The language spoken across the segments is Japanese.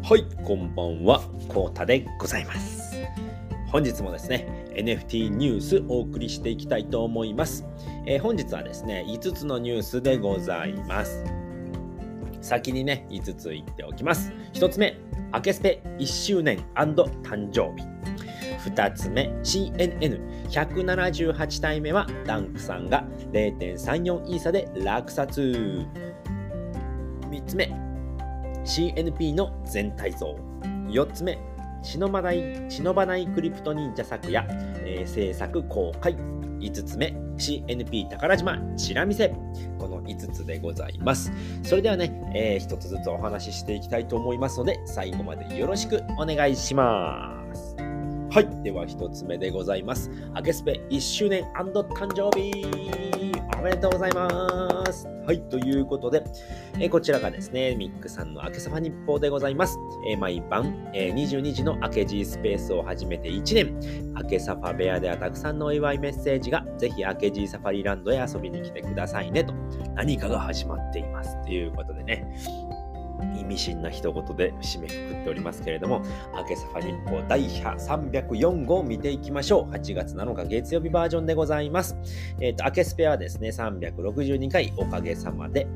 はい、こんばんは、こうたでございます。本日もですね、NFT ニュースお送りしていきたいと思います。本日はですね、5つのニュースでございます。先にね、5つ言っておきます。1つ目、アケスペ1周年&誕生日。2つ目、CNN178 体目はダンクさんが 0.34 イーサで落札。3つ目、CNP の全体像。4つ目、忍ばないクリプト忍者作や、制作公開。5つ目、CNP 宝島チラ見せ。この5つでございます。それではね、1つずつお話ししていきたいと思いますので、最後までよろしくお願いします。はい、では1つ目でございます。アケスペ1周年&誕生日おめでとうございます。はい、ということで、こちらがですね、ミックさんのアケサファ日報でございます。毎晩、22時のアケジースペースを始めて1年、アケサファ部屋ではたくさんのお祝いメッセージが、ぜひアケジーサファリランドへ遊びに来てくださいねと、何かが始まっています。ということでね、意味深な一言で締めくくっておりますけれども、アケサファ日報第304号を見ていきましょう。8月7日月曜日バージョンでございます。アケスペはですね、362回おかげさまで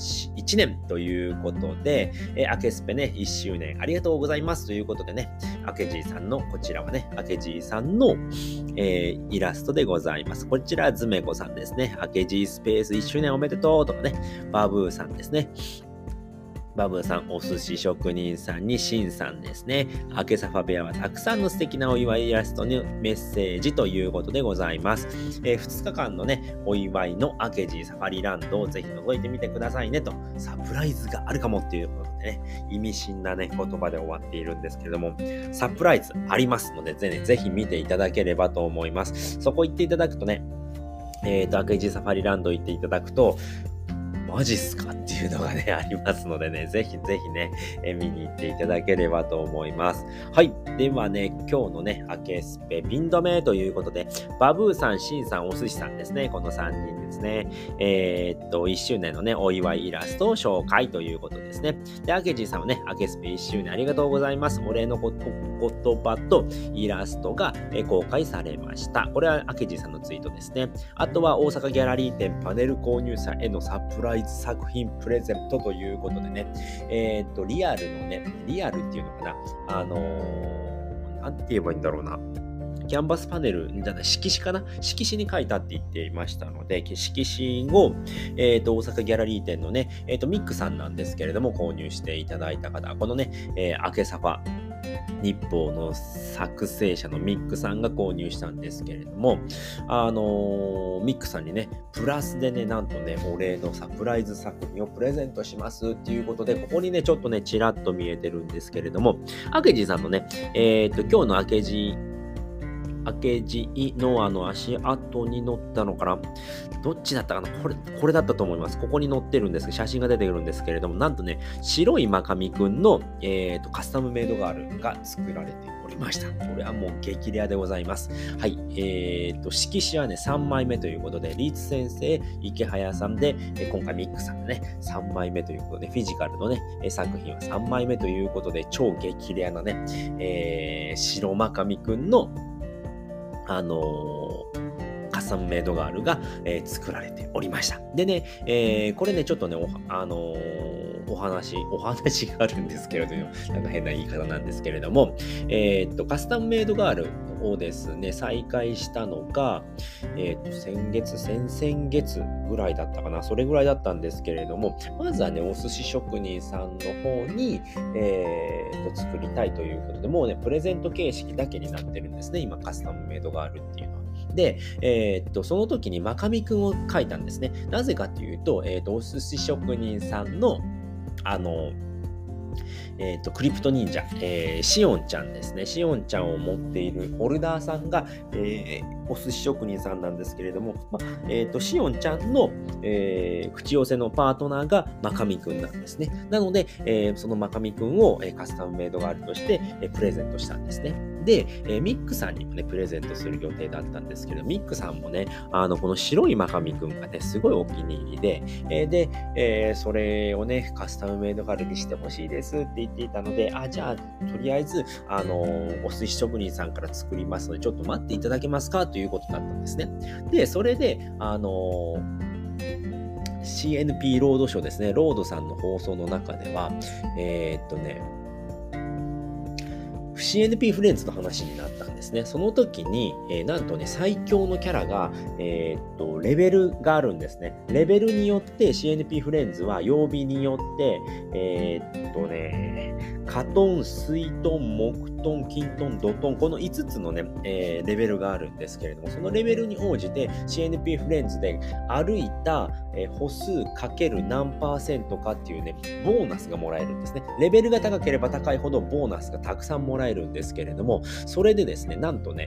1年ということで、アケスペね、1周年ありがとうございますということでね、アケジーさんの、こちらはね、アケジーさんの、イラストでございます。こちら、ズメコさんですね。アケジースペース1周年おめでとうとかね、バブーさんですね。バブーさん、お寿司職人さんにシンさんですね。アケサファ部屋はたくさんの素敵なお祝いイラストにメッセージということでございます。2日間のね、お祝いのアケジーサファリランドをぜひ覗いてみてくださいねと、サプライズがあるかもっていうことでね、意味深なね、言葉で終わっているんですけれども、サプライズありますので、ぜひ見ていただければと思います。そこ行っていただくとね、アケジーサファリランド行っていただくと、マジっすかっていうのがね、ありますのでね、ぜひね、見に行っていただければと思います。はい。ではね、今日のね、アケスペピン止めということで、バブーさん、シンさん、お寿司さんですね、この3人ですね。1周年のね、お祝いイラストを紹介ということですね。で、アケジーさんはね、アケスペ1周年ありがとうございます。お礼の言葉とイラストが公開されました。これはアケジーさんのツイートですね。あとは大阪ギャラリー店パネル購入者へのサプライズ作品プレゼントということでね、リアルのね、リアルっていうのかな、なんて言えばいいんだろうな。キャンバスパネルじゃない、色紙かな、色紙に書いたって言っていましたので、色紙を、大阪ギャラリー店のね、ミックさんなんですけれども、購入していただいた方、このね、アケサファ日報の作成者のミックさんが購入したんですけれども、ミックさんにね、プラスでね、なんとね、お礼のサプライズ作品をプレゼントしますっていうことで、ここにね、ちょっとね、ちらっと見えてるんですけれども、アケジーさんのね、今日のアケジの足跡に載ったのかな、どっちだったかな、これだったと思います。ここに載ってるんですけど、写真が出てくるんですけれども、なんとね、白いマカミくんの、カスタムメイドガールが作られておりました。これはもう激レアでございます。はい。色紙はね、3枚目ということで、リーツ先生、池早さんで、今回ミックさんでね、3枚目ということで、フィジカルのね、作品は3枚目ということで、超激レアなね、白マカミくんのカスタムメイドガールが、作られておりました。でね、これね、ちょっとね、お話があるんですけれども、なんか変な言い方なんですけれども、カスタムメイドガールをですね、再開したのが、先々月ぐらいだったかな、それぐらいだったんですけれども、まずはね、お寿司職人さんの方に、作りたいということで、もうね、プレゼント形式だけになってるんですね、今、カスタムメイドガールっていうのは。で、その時にマカミくんを書いたんですね。なぜかというと、お寿司職人さんの、クリプト忍者、シオンちゃんですね。シオンちゃんを持っているホルダーさんが、お寿司職人さんなんですけれども、シオンちゃんの、口寄せのパートナーがマカミくんなんですね。なので、そのマカミくんを、カスタムメイドガールとして、プレゼントしたんですね。 で、ミックさんにもね、プレゼントする予定だったんですけど、ミックさんもね、この白いマカミくんがね、すごいお気に入りで、それをね、カスタムメイドカルにしてほしいですって言っていたので、じゃあ、とりあえず、お寿司職人さんから作りますので、ちょっと待っていただけますかということだったんですね。で、それで、CNP ロードショーですね、ロードさんの放送の中では、CNP フレンズの話になったんですね。その時に、なんとね、最強のキャラが、レベルがあるんですね。レベルによって CNP フレンズは曜日によって、カトン、水トン、木トン、金トン、ドトン、この5つのね、レベルがあるんですけれども、そのレベルに応じて CNP フレンズで歩いた、歩数かける何%かっていうね、ボーナスがもらえるんですね。レベルが高ければ高いほどボーナスがたくさんもらえるんですけれども、それでですね、なんとね、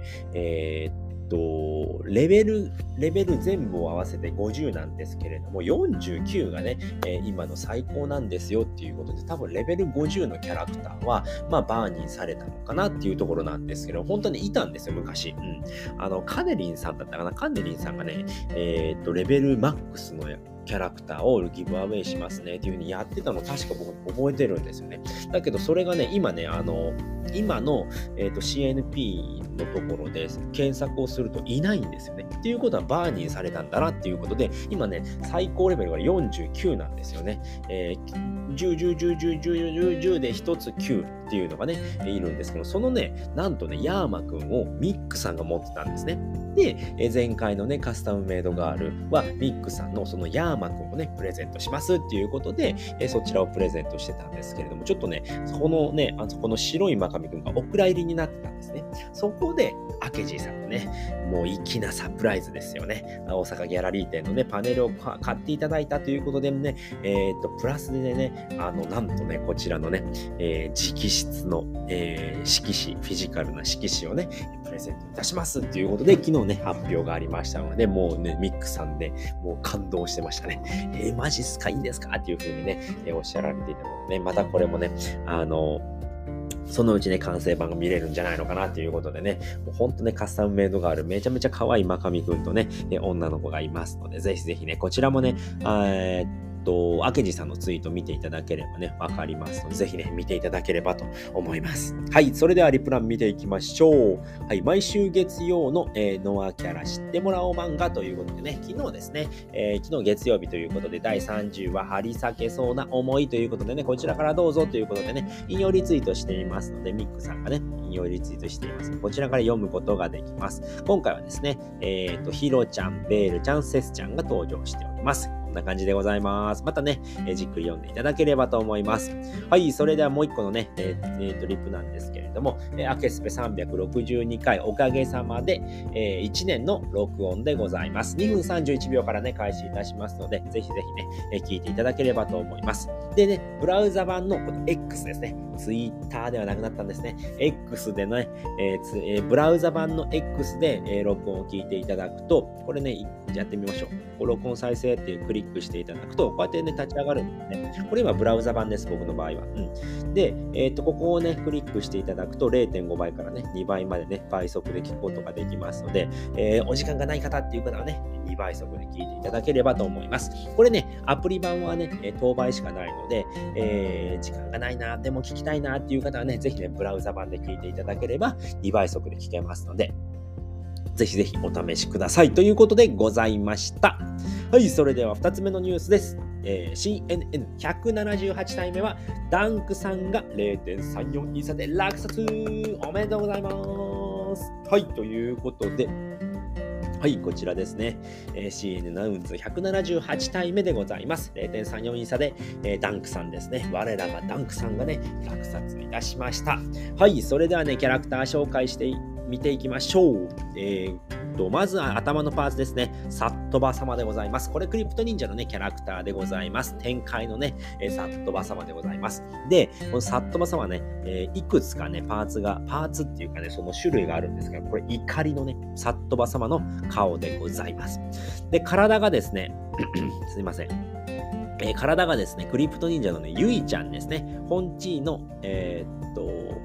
レベル全部を合わせて50なんですけれども、49がね、今の最高なんですよっていうことで、多分レベル50のキャラクターは、バーニーされたのかなっていうところなんですけど、本当にいたんですよ、昔。カネリンさんだったかな。カネリンさんがね、レベルマックスのキャラクターをギブアウェイしますねっていう風にやってたの確か僕覚えてるんですよね。だけどそれがね、今ね、今の、CNP のところで検索をするといないんですよね。っていうことはバーニーされたんだなっていうことで、今ね、最高レベルが49なんですよね。10、10、10、10、10、10で1つ9っていうのがね、いるんですけど、そのね、なんとね、ヤーマくんをミックさんが持ってたんですね。で、前回のね、カスタムメイドガールはミックさんのそのヤーマくんをね、プレゼントしますっていうことで、そちらをプレゼントしてたんですけれども、ちょっとね、このね、この白いマカミくんがお蔵入りになってたんですね。そこで、アケジーさんのね、もう粋なサプライズですよね。大阪ギャラリー店のね、パネルを買っていただいたということでね、プラスでね、なんとね、こちらのね、直筆の、色紙、フィジカルな色紙をね、プレゼントいたしますっていうことで、昨日ね、発表がありましたので、もうね、ミックさんでもう感動してましたね。マジっすか、いいんですかっていう風にね、おっしゃられていたのでね、またこれもね、そのうちね、完成版が見れるんじゃないのかなということでね、もうほんとね、カスタムメイドがあるめちゃめちゃ可愛いマカミくんとね、女の子がいますので、ぜひぜひね、こちらもね、アケジさんのツイート見ていただければね、わかりますので、ぜひね、見ていただければと思います。はい、それではリプラン見ていきましょう。はい、毎週月曜の、ノアキャラ知ってもらおう漫画ということでね、昨日ですね、昨日月曜日ということで、第30話、張り裂けそうな思いということでね、こちらからどうぞということでね、引用リツイートしていますので、ミックさんがね、引用リツイートしていますので、こちらから読むことができます。今回はですね、ヒロちゃん、ベールちゃん、セスちゃんが登場しております。こんな感じでございます。またね、じっくり読んでいただければと思います。はい、それではもう一個のね、リプなんですけれども、アケスペ362回おかげさまで、1年の録音でございます。2分31秒からね、開始いたしますので、ぜひぜひね、聞いていただければと思います。でね、ブラウザ版のこの X ですね、Twitter ではなくなったんですね、X でね、ブラウザ版の X で、録音を聞いていただくと、これね、やってみましょう。録音再生ってクリックしていただくと、こうやってね、立ち上がるんですね。これ今ブラウザ版です、僕の場合は。で、ここをね、クリックしていただくと 0.5 倍からね、2倍までね、倍速で聞くことができますので、お時間がない方っていう方はね、2倍速で聞いていただければと思います。これね、アプリ版はね、当倍しかないので、時間がないな、でも聞きたいなっていう方はね、ぜひね、ブラウザ版で聞いていただければ2倍速で聞けますので、ぜひぜひお試しくださいということでございました。はい、それでは2つ目のニュースです。CNN178 体目はダンクさんが 0.34 イーサで落札おめでとうございます。はい、ということで、はい、こちらですね。CN ナウンズ178体目でございます。0.34 イーサで、ダンクさんですね。我らがダンクさんがね、落札いたしました。はい、それではね、キャラクター紹介して見ていきましょう。まずは頭のパーツですね。サットバ様でございます。これクリプト忍者のね、キャラクターでございます。展開のね、サットバ様でございます。で、このサットバ様はね、いくつかね、パーツっていうかね、その種類があるんですが、これ怒りのね、サットバ様の顔でございます。で、体がですね、すいません。体がですね、クリプト忍者のね、ゆいちゃんですね。本チーの、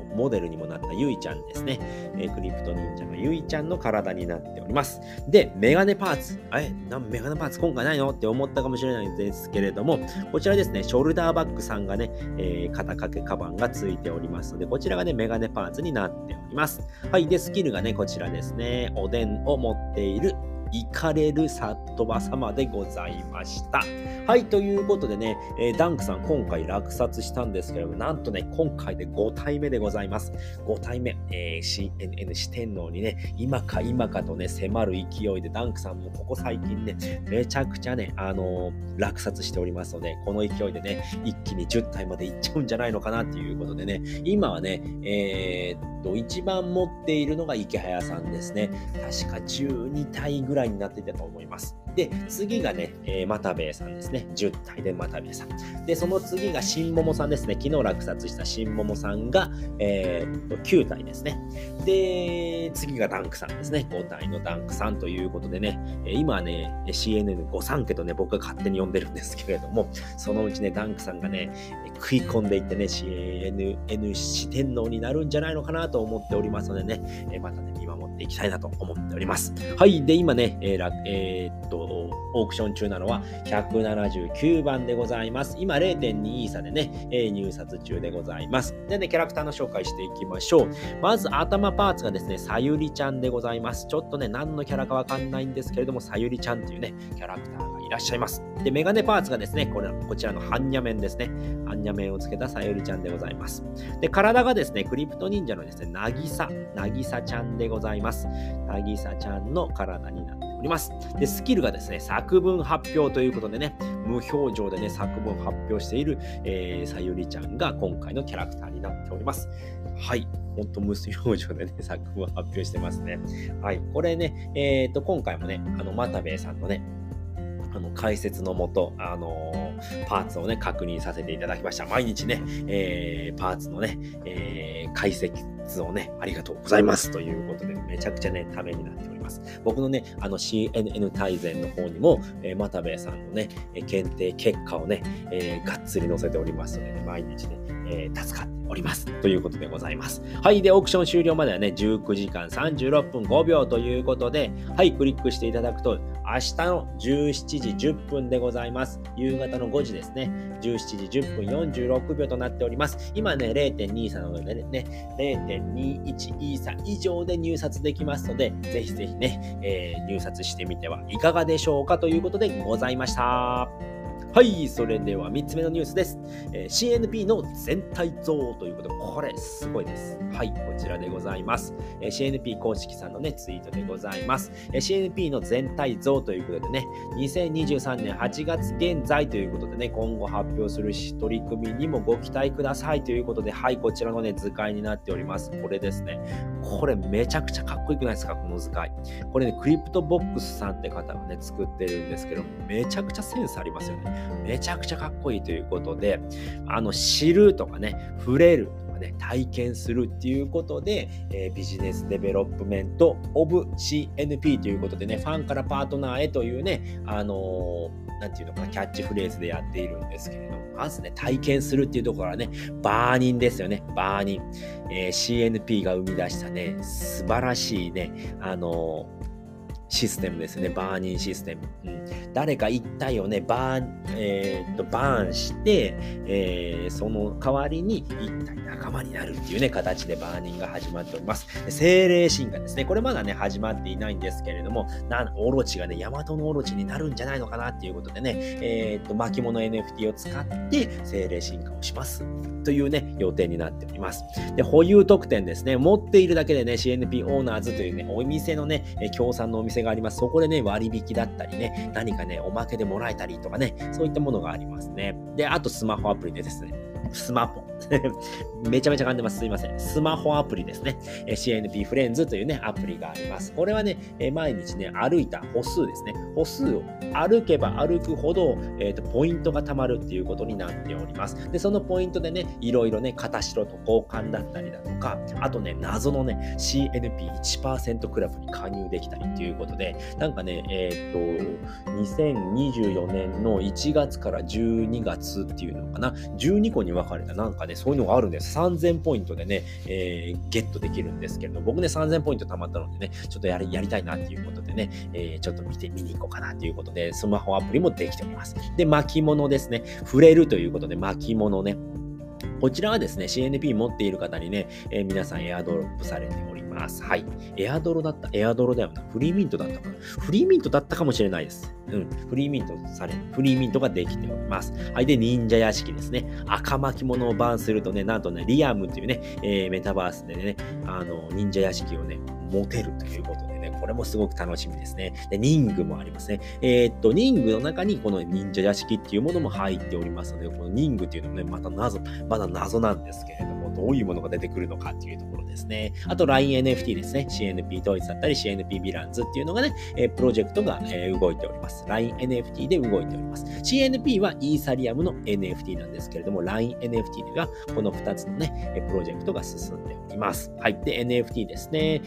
モデルにもなったゆいちゃんですね。クリプト忍者のゆいちゃんの体になっております。で、メガネパーツ。メガネパーツ今回ないのって思ったかもしれないんですけれども、こちらですね、ショルダーバッグさんがね、肩掛けカバンがついておりますので、こちらがね、メガネパーツになっております。はい。で、スキルがね、こちらですね、おでんを持っているイカれるサットバ様でございました。はい、ということでね、ダンクさん今回落札したんですけれども、なんとね、今回で5体目でございます。5体目、CNN 四天王にね、今か今かとね、迫る勢いで、ダンクさんもここ最近ね、めちゃくちゃね、落札しておりますので、この勢いでね、一気に10体までいっちゃうんじゃないのかなっていうことでね、今はね、一番持っているのが池早さんですね。確か12体ぐらいになっていたと思います。で、次がね、又兵衛さんですね。10体で又兵衛さん。で、その次が新桃さんですね。昨日落札した新桃さんが、9体ですね。で、次がダンクさんですね。5体のダンクさんということでね、今はね、CNN5 三家とね、僕が勝手に呼んでるんですけれども、そのうちね、ダンクさんがね、食い込んでいってね、CNN 四天王になるんじゃないのかなと思っておりますのでね、またね、見守っていきたいなと思っております。はい。で、今ね、オークション中なのは179番でございます。今 0.2 イーサでね、入札中でございます。でね、キャラクターの紹介していきましょう。まず頭パーツがですね、さゆりちゃんでございます。ちょっとね、何のキャラかわかんないんですけれども、さゆりちゃんっていうね、キャラクターがいらっしゃいます。で、メガネパーツがですね、こちらの般若面ですね。般若面をつけたさゆりちゃんでございます。で、体がですね、クリプト忍者のですね、なぎさちゃんでございます。なぎさちゃんの体になっております。で、スキルがですね、作文発表ということでね、無表情でね、作文発表している、さゆりちゃんが今回のキャラクターになっております。はい。ほんと無表情でね、作文発表してますね。はい。これね、今回もね、又兵衛さんのね、解説のもと、パーツをね、確認させていただきました。毎日ね、パーツのね、解説をね、ありがとうございますということで、めちゃくちゃね、ためになっております。僕のね、CNN 大全の方にも、又兵衛さんのね、検定結果をね、がっつり載せておりますので、ね、毎日ね、助かっておりますということでございます。はい。で、オークション終了まではね、19時間36分5秒ということで、はい、クリックしていただくと、明日の17時10分でございます。夕方の5時ですね。17時10分46秒となっております。今ね、0.2 差なのでね、0.21 イーサ以上で入札できますので、ぜひぜひね、入札してみてはいかがでしょうかということでございました。はい、それでは3つ目のニュースです。CNP の全体像ということで、これすごいです。はい、こちらでございます。CNP 公式さんのね、ツイートでございます。CNP の全体像ということでね、2023年8月現在ということでね、今後発表する取り組みにもご期待くださいということで、はい、こちらのね、図解になっております。これですね。これめちゃくちゃかっこよくないですか、この図解。これね、クリプトボックスさんって方がね、作ってるんですけど、めちゃくちゃセンスありますよね。めちゃくちゃかっこいいということで、知るとかね、触れるとかね、体験するっていうことで、ビジネスデベロップメントオブ CNP ということでね、ファンからパートナーへというね、なんていうのかな、キャッチフレーズでやっているんですけれども、まずね、体験するっていうところからね、バーニンですよね、バーニン。CNP が生み出したね、素晴らしいね、システムですね。バーニンシステム。誰か一体をね、バーンして、その代わりに一体仲間になるっていうね、形でバーニンが始まっております。精霊進化ですね。これまだね、始まっていないんですけれども、オロチがね、ヤマトのオロチになるんじゃないのかなっていうことでね、巻物 NFT を使って精霊進化をします。というね、予定になっております。で、保有特典ですね。持っているだけでね、CNP オーナーズというね、お店のね、協賛のお店があります。そこでね、割引だったりね、何かね、おまけでもらえたりとかね、そういったものがありますね。で、あとスマホアプリでですね、スマホ。めちゃめちゃ噛んでます。すいません。スマホアプリですね。CNP フレンズというね、アプリがあります。これはね、毎日ね、歩いた歩数ですね。歩数を歩けば歩くほど、ポイントが貯まるっていうことになっております。で、そのポイントでね、いろいろね、片白と交換だったりだとか、あとね、謎のね、CNP1% クラブに加入できたりっていうことで、なんかね、2024年の1月から12月っていうのかな、12個に分分かれたなんかね、そういうのがあるんです。3000ポイントでね、ゲットできるんですけれども、僕ね、3000ポイント貯まったのでね、ちょっとやりたいなっていうことでね、ちょっと見に行こうかなということで、スマホアプリもできております。で、巻物ですね。触れるということで、巻物ね。こちらはですね、CNP 持っている方にね、皆さんエアドロップされております。はい。エアドロだよな。フリーミントだったかな。フリーミントだったかもしれないです。フリーミントができております。はい。で、忍者屋敷ですね。赤巻物をバンするとね、なんとね、リアムっていうね、メタバースでね、忍者屋敷をね、持てるということでね、これもすごく楽しみですね。で、忍具もありますね。忍具の中にこの忍者屋敷っていうものも入っておりますので、この忍具っていうのもね、まだ謎なんですけれども、どういうものが出てくるのかっていうところですね。あと LINE-NFT ですね。CNP トイズだったり CNP ヴィランズっていうのがね、プロジェクトが、動いております。LINE-NFT で動いております。CNP はイーサリアムの NFT なんですけれども、LINE-NFT ではこの2つのね、プロジェクトが進んでおります。はい。で、NFT ですね。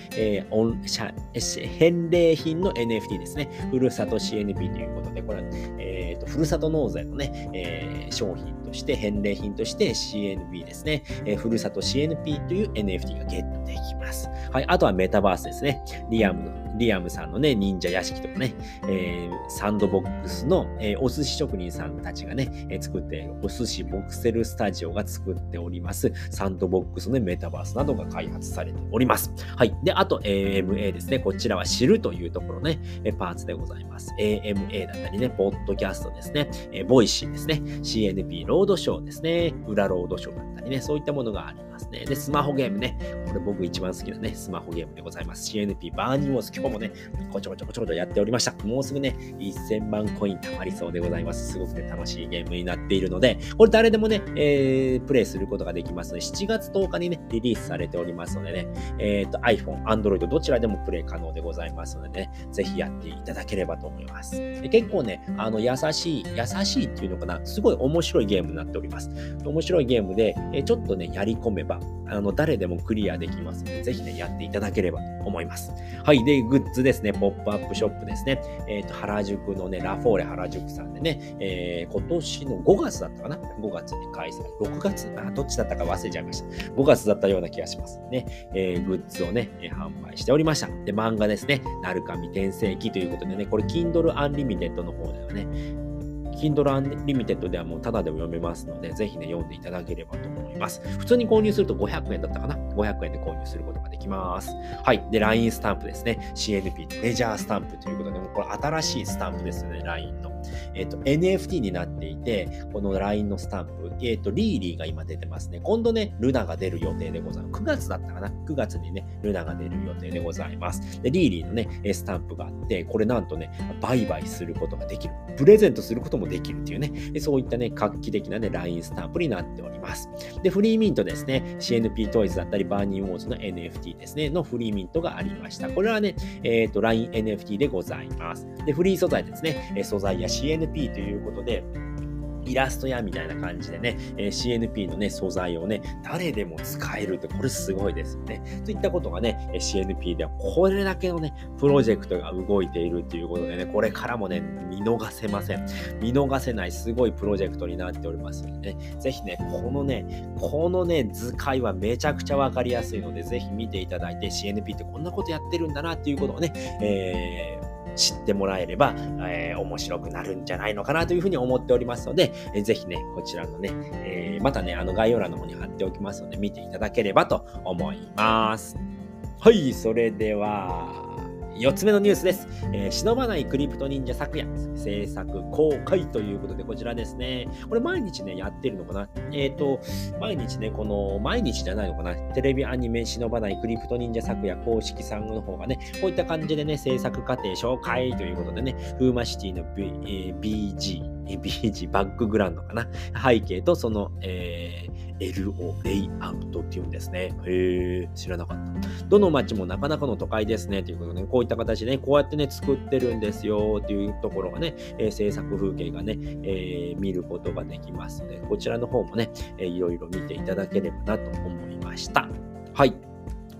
返礼品の NFT ですね。ふるさと CNP ということで、これは、ふるさと納税のね、商品として、返礼品として CNP ですね。ふるさと CNP という NFT がゲットできます。はい。あとはメタバースですね。リアムさんのね、忍者屋敷とかね、サンドボックスの、お寿司職人さんたちがね、作っているお寿司ボクセルスタジオが作っておりますサンドボックスのメタバースなどが開発されております。はい。で、あと AMA ですね。こちらは知るというところね、パーツでございます。AMA だったりね、ポッドキャストですね、ボイシーですね、CNP ロードショーですね、裏ロードショーだったりね、そういったものがありますね。で、スマホゲームね、これ僕一番好きなね、スマホゲームでございます。CNP バーニーウォーズ、今日もね、こちょこちょやっておりました。もうすぐね、1000万コイン貯まりそうでございます。すごくね、楽しいゲームになっているので、これ誰でもね、プレイすることができますので、7月10日にね、リリースされておりますのでね、iPhone、Android どちらでもプレイ可能でございますのでね、ぜひやっていただければと思います。で結構ね、優しいっていうのかな、すごい面白いゲームになっております。面白いゲームで、ちょっとね、やり込めば、誰でもクリアできますので、ぜひね、やっていただければと思います。はい。で、グッズですね、ポップアップショップですね。原宿のね、ラフォーレ原宿さんでね、今年の5月だったかな ?5 月に開催。6月どっちだったか忘れちゃいました。5月だったような気がしますね。グッズをね、販売しておりました。で、漫画ですね、鳴神転生記ということでね、これ Kindle Unlimited の方ではね、Kindle Unlimited ではもうタダでも読めますので、ぜひね、読んでいただければと思います。普通に購入すると500円だったかな ?500 円で購入することができます。はい。で、LINE スタンプですね。CNP レジャースタンプということで、これ新しいスタンプですよね、LINE の。NFT になっていて、この LINE のスタンプ、リーリーが今出てますね。今度ね、ルナが出る予定でございます。9月だったかな ?9 月にね、ルナが出る予定でございます。で、リーリーのね、スタンプがあって、これなんとね、売買することができる。プレゼントすることもできるっていうね、そういったね、画期的なね、LINE スタンプになっております。で、フリーミントですね、CNP トイズだったり、バーニーウォーズの NFT ですね、のフリーミントがありました。これはね、LINE NFT でございます。で、フリー素材ですね、素材や CNP ということで、イラストやみたいな感じでね、CNP のね、素材をね、誰でも使えるって、これすごいですよね。といったことがね、CNP ではこれだけのね、プロジェクトが動いているっていうことでね、これからもね、見逃せません。見逃せないすごいプロジェクトになっておりますのでね、ぜひね、このね、図解はめちゃくちゃわかりやすいので、ぜひ見ていただいて、CNP ってこんなことやってるんだなっていうことをね、知ってもらえれば、面白くなるんじゃないのかなというふうに思っておりますので、ぜひね、こちらのね、またね、概要欄の方に貼っておきますので、見ていただければと思います。はい、それでは、4つ目のニュースです。忍ばないクリプト忍者昨夜、制作公開ということで、こちらですね。これ毎日ね、やってるのかな毎日ね、毎日じゃないのかなテレビアニメ忍ばないクリプト忍者昨夜公式さんの方がね、こういった感じでね、制作過程紹介ということでね、フーマシティの、BG、バックグラウンドかな背景とその、LO、レイアウトっていうんですね。知らなかった。どの街もなかなかの都会ですね。ということで、ね、こういった形でね、こうやってね、作ってるんですよっていうところがね、制作風景がね、見ることができますので、こちらの方もね、いろいろ見ていただければなと思いました。はい。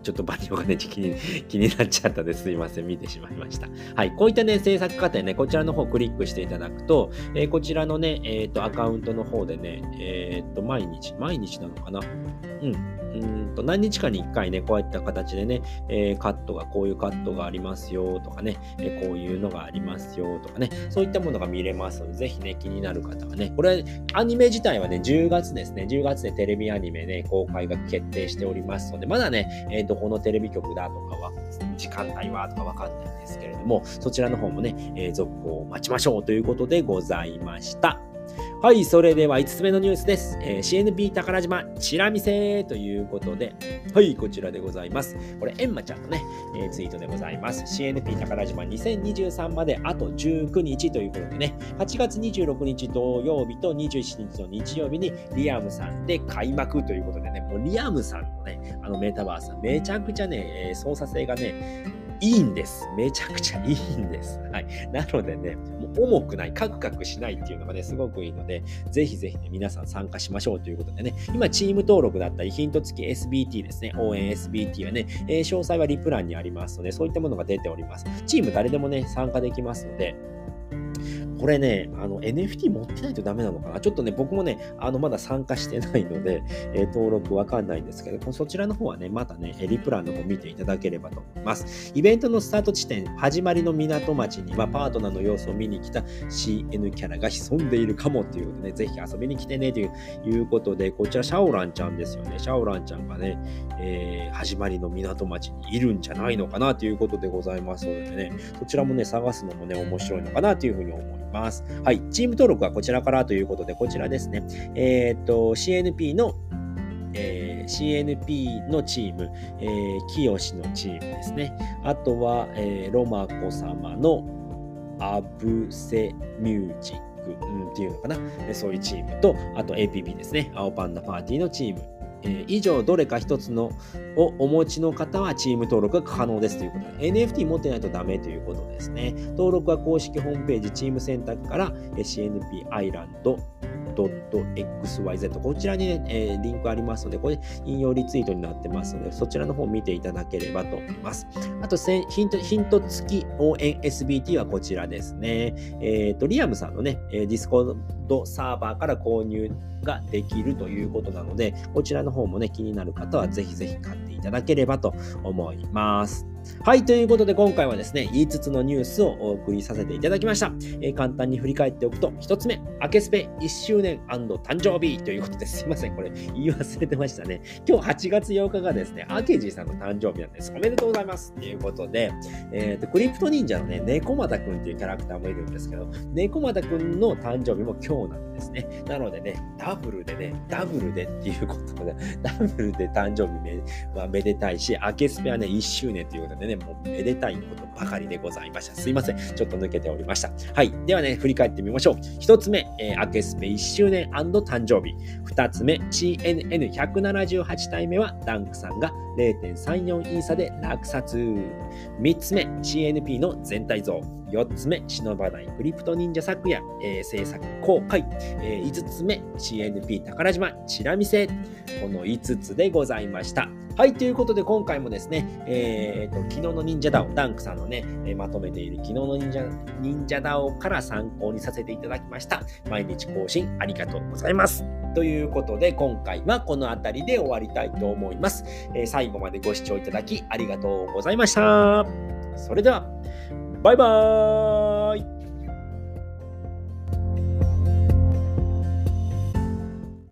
ちょっとバニオがね、気になっちゃったですいません。見てしまいました。はい。こういったね、制作過程ね、こちらの方をクリックしていただくと、こちらのね、アカウントの方でね、毎日なのかな、何日かに1回ね、こういった形でね、こういうカットがありますよとかね、こういうのがありますよとかね、そういったものが見れますので、ぜひね、気になる方はね、これ、アニメ自体はね、10月ですね、10月でテレビアニメね、公開が決定しておりますので、まだね、どこのテレビ局だとかは、時間帯はとかわかんないんですけれども、そちらの方もね、続行を待ちましょうということでございました。はい、それでは5つ目のニュースです。CNP 宝島チラ見せということで、はい、こちらでございます。これ、エンマちゃんのね、ツイートでございます。CNP 宝島2023まであと19日ということでね、8月26日土曜日と27日の日曜日にリアムさんで開幕ということでね、もうリアムさんのね、メタバースはめちゃくちゃね、操作性がね、いいんです。めちゃくちゃいいんです。はい。なのでね、もう重くない、カクカクしないっていうのがね、すごくいいので、ぜひぜひね、皆さん参加しましょうということでね、今、チーム登録だったり、ヒント付き SBT ですね、応援 SBT はね、詳細はリプ欄にありますので、そういったものが出ております。チーム誰でもね、参加できますので、これね、NFT 持ってないとダメなのかな、ちょっとね、僕もね、まだ参加してないので、登録わかんないんですけど、そちらの方はね、またね、リプランの方見ていただければと思います。イベントのスタート地点、始まりの港町にはパートナーの様子を見に来た CN キャラが潜んでいるかもということで、ね、ぜひ遊びに来てねということで、こちらシャオランちゃんですよね。シャオランちゃんがね、始まりの港町にいるんじゃないのかなということでございますのでね、そちらもね、探すのもね、面白いのかなというふうに思います。はい。チーム登録はこちらからということで、こちらですね。CNP のチーム、清のチームですね。あとは、ロマコ様のアブセミュージック、っていうのかな。そういうチームと、あと APP ですね。青パンダパーティーのチーム。以上どれか一つのをお持ちの方はチーム登録が可能ですということで NFT 持ってないとダメということですね。登録は公式ホームページチーム選択から CNP アイランド.xyz こちらに、ねリンクありますので、これ引用リツイートになってますので、そちらの方を見ていただければと思います。あとヒント付き応援 SBT はこちらですね。リアムさんのね、ディスコードサーバーから購入ができるということなので、こちらの方もね、気になる方はぜひぜひ買っていただければと思います。はい、ということで今回はですね、5つのニュースをお送りさせていただきました。簡単に振り返っておくと、1つ目、明けスペ1周年&誕生日ということですいません、これ言い忘れてましたね。今日8月8日がですね、アケジさんの誕生日なんです。おめでとうございますということで、クリプト忍者のね、猫又くんっていうキャラクターもいるんですけど、猫又くんの誕生日も今日なんですね。なのでね、ダブルでっていうことで、ダブルで誕生日はめでたいし、明けスペはね、1周年ということでね、もうめでたいことばかりでございました。すいません。ちょっと抜けておりました。はい。ではね、振り返ってみましょう。1つ目、明けスペ1周年&誕生日。2つ目、CNN178 体目はダンクさんが 0.34 イーサで落札。3つ目、CNP の全体像。4つ目、忍ばないクリプト忍者昨夜、制作公開。5つ目、CNP 宝島チラ見せ。この5つでございました。はい、ということで今回もですね、昨日の忍者ダオ、ダンクさんのね、まとめている昨日の忍者ダオから参考にさせていただきました。毎日更新ありがとうございます。ということで今回はこの辺りで終わりたいと思います。最後までご視聴いただきありがとうございました。それでは、バイバーイ。